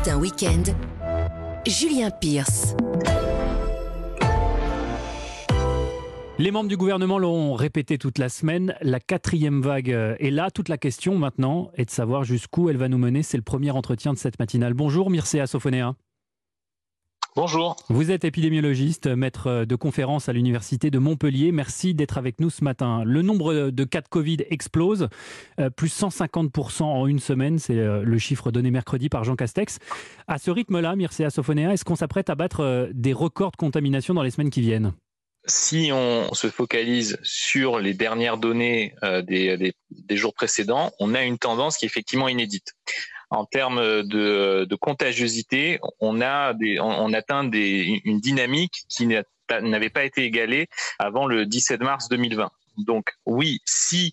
Matin Week-end, Julien Pierce. Les membres du gouvernement l'ont répété toute la semaine, la 4e vague est là. Toute la question maintenant est de savoir jusqu'où elle va nous mener. C'est le premier entretien de cette matinale. Bonjour Mircea Sofonea. Bonjour. Vous êtes épidémiologiste, maître de conférence à l'université de Montpellier. Merci d'être avec nous ce matin. Le nombre de cas de Covid explose, plus 150% en une semaine. C'est le chiffre donné mercredi par Jean Castex. À ce rythme-là, Mircea Sofonea, est-ce qu'on s'apprête à battre des records de contamination dans les semaines qui viennent ? Si on se focalise sur les dernières données des jours précédents, on a une tendance qui est effectivement inédite. En termes de contagiosité, on atteint une dynamique qui n'avait pas été égalée avant le 17 mars 2020. Donc oui, si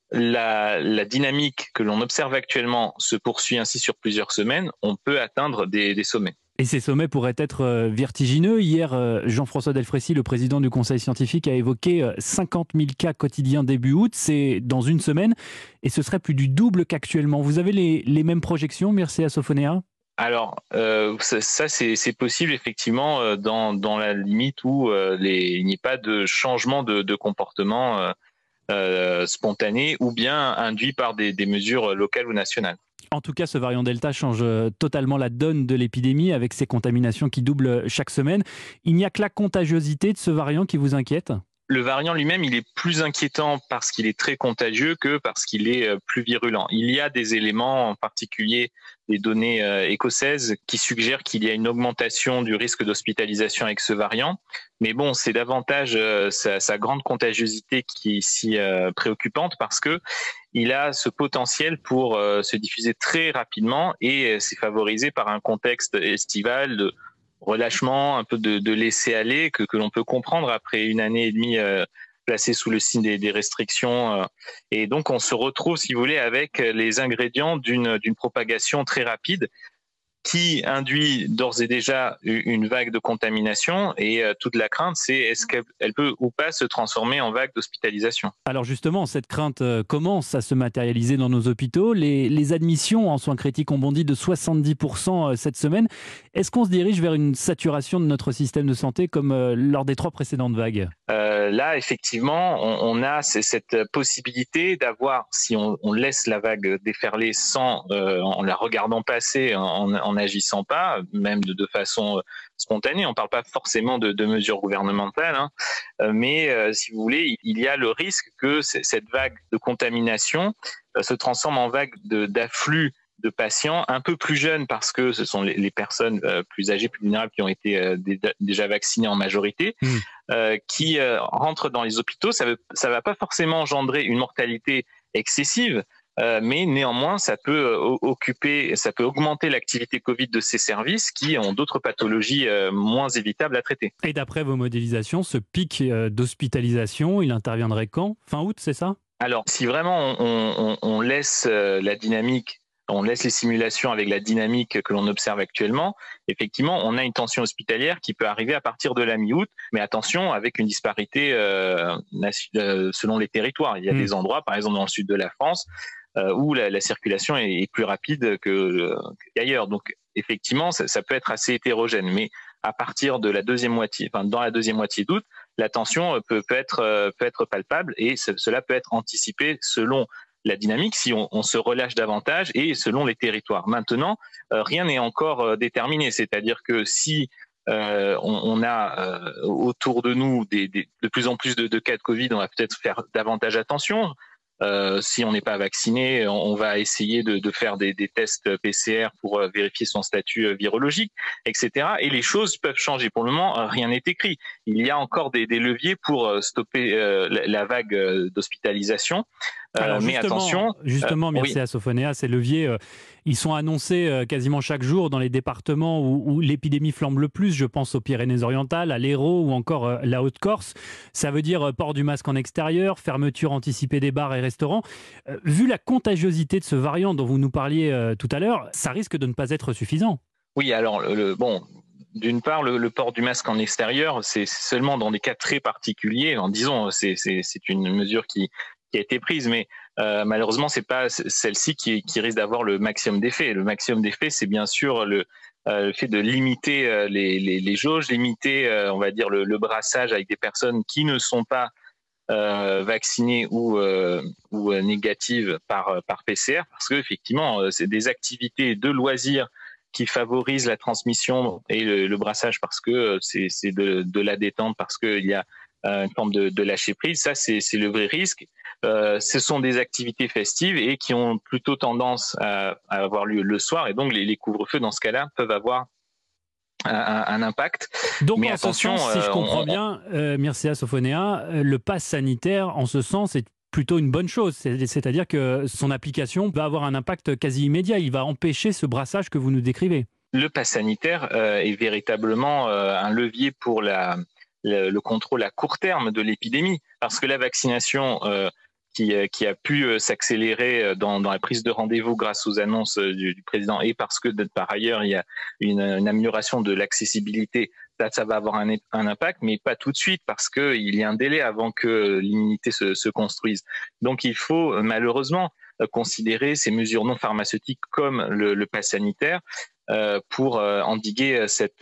la dynamique que l'on observe actuellement se poursuit ainsi sur plusieurs semaines, on peut atteindre des sommets. Et ces sommets pourraient être vertigineux. Hier, Jean-François Delfraissy, le président du Conseil scientifique, a évoqué 50 000 cas quotidiens début août. C'est dans une semaine et ce serait plus du double qu'actuellement. Vous avez les mêmes projections, Mircea Sofonea ? Alors, ça c'est possible effectivement dans la limite où il n'y ait pas de changement de comportement spontané ou bien induit par des mesures locales ou nationales. En tout cas, ce variant Delta change totalement la donne de l'épidémie avec ces contaminations qui doublent chaque semaine. Il n'y a que la contagiosité de ce variant qui vous inquiète ? Le variant lui-même, il est plus inquiétant parce qu'il est très contagieux que parce qu'il est plus virulent. Il y a des éléments, en particulier des données écossaises, qui suggèrent qu'il y a une augmentation du risque d'hospitalisation avec ce variant. Mais bon, c'est davantage sa grande contagiosité qui est ici préoccupante parce que il a ce potentiel pour se diffuser très rapidement et c'est favorisé par un contexte estival de relâchement, un peu de laisser-aller que l'on peut comprendre après une année et demie placée sous le signe des restrictions. Et donc, on se retrouve, si vous voulez, avec les ingrédients d'une propagation très rapide qui induit d'ores et déjà une vague de contamination et toute la crainte, c'est est-ce qu'elle peut ou pas se transformer en vague d'hospitalisation. Alors justement, cette crainte commence à se matérialiser dans nos hôpitaux. Les admissions en soins critiques ont bondi de 70% cette semaine. Est-ce qu'on se dirige vers une saturation de notre système de santé comme lors des 3 précédentes vagues ? Là, effectivement, on a cette possibilité d'avoir, si on laisse la vague déferler en la regardant passer, en n'agissant pas, même de façon spontanée. On ne parle pas forcément de mesures gouvernementales, mais si vous voulez, il y a le risque que cette vague de contamination se transforme en vague d'afflux de patients un peu plus jeunes parce que ce sont les personnes plus âgées, plus vulnérables qui ont été déjà vaccinées en majorité, qui rentrent dans les hôpitaux. Ça va pas forcément engendrer une mortalité excessive, mais néanmoins, ça peut augmenter l'activité Covid de ces services qui ont d'autres pathologies moins évitables à traiter. Et d'après vos modélisations, ce pic d'hospitalisation, il interviendrait quand ? Fin août, c'est ça ? Alors, si vraiment on laisse la dynamique, on laisse les simulations avec la dynamique que l'on observe actuellement, effectivement, on a une tension hospitalière qui peut arriver à partir de la mi-août, mais attention, avec une disparité selon les territoires. Il y a des endroits, par exemple dans le sud de la France, où la circulation est plus rapide qu'ailleurs. Donc, effectivement, ça peut être assez hétérogène, mais à partir de la deuxième moitié, dans la deuxième moitié d'août, la tension peut être palpable et cela peut être anticipé selon la dynamique, si on se relâche davantage et selon les territoires. Maintenant, rien n'est encore déterminé, c'est-à-dire que si on a autour de nous de plus en plus de cas de Covid, on va peut-être faire davantage attention. Si on n'est pas vacciné, on va essayer de faire des tests PCR pour vérifier son statut virologique, etc. Et les choses peuvent changer. Pour le moment, rien n'est écrit. Il y a encore des leviers pour stopper la vague d'hospitalisation. Alors mais attention, Mircea Sofonea, ces leviers, ils sont annoncés quasiment chaque jour dans les départements où l'épidémie flambe le plus. Je pense aux Pyrénées-Orientales, à l'Hérault ou encore la Haute-Corse. Ça veut dire port du masque en extérieur, fermeture anticipée des bars et restaurants. Vu la contagiosité de ce variant dont vous nous parliez tout à l'heure, ça risque de ne pas être suffisant. Oui, alors d'une part, le port du masque en extérieur, c'est seulement dans des cas très particuliers. Disons, c'est une mesure qui a été prise, mais Malheureusement, c'est pas celle-ci qui risque d'avoir le maximum d'effet. Le maximum d'effet, c'est bien sûr le fait de limiter les jauges, limiter, on va dire, le brassage avec des personnes qui ne sont pas vaccinées ou négatives par PCR, parce que effectivement, c'est des activités de loisirs qui favorisent la transmission et le brassage, parce que c'est de la détente, parce qu'il y a une forme de lâcher prise. Ça, c'est le vrai risque. Ce sont des activités festives et qui ont plutôt tendance à avoir lieu le soir, et donc les couvre-feux dans ce cas-là peuvent avoir un impact. Donc, mais en attention, ce sens, si je comprends bien, Mircea Sofonea, le pass sanitaire, en ce sens, est plutôt une bonne chose. C'est-à-dire que son application va avoir un impact quasi immédiat. Il va empêcher ce brassage que vous nous décrivez. Le pass sanitaire est véritablement un levier pour le contrôle à court terme de l'épidémie, parce que la vaccination qui a pu s'accélérer dans la prise de rendez-vous grâce aux annonces du président, et parce que par ailleurs il y a une amélioration de l'accessibilité, ça va avoir un impact, mais pas tout de suite, parce qu'il y a un délai avant que l'immunité se construise. Donc il faut malheureusement considérer ces mesures non pharmaceutiques comme le pass sanitaire pour endiguer cette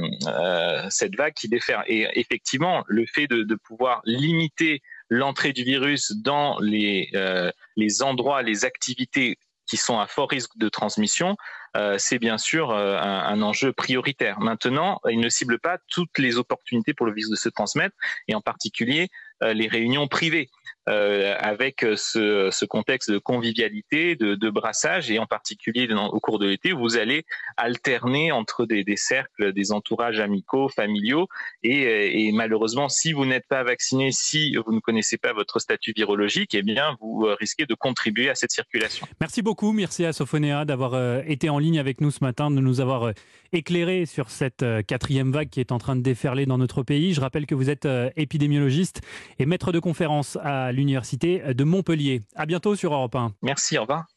vague qui déferle. Et effectivement, le fait de pouvoir limiter l'entrée du virus dans les endroits, les activités qui sont à fort risque de transmission, c'est bien sûr un enjeu prioritaire. Maintenant, il ne cible pas toutes les opportunités pour le virus de se transmettre, et en particulier les réunions privées, avec ce contexte de convivialité, de brassage, et en particulier au cours de l'été, où vous allez alterner entre des cercles, des entourages amicaux, familiaux, et malheureusement, si vous n'êtes pas vacciné, si vous ne connaissez pas votre statut virologique, eh bien, vous risquez de contribuer à cette circulation. Merci beaucoup, Mircea Sofonea, d'avoir été en ligne avec nous ce matin, de nous avoir éclairé sur cette quatrième vague qui est en train de déferler dans notre pays. Je rappelle que vous êtes épidémiologiste et maître de conférence à l'Université de Montpellier. À bientôt sur Europe 1. Merci, au revoir.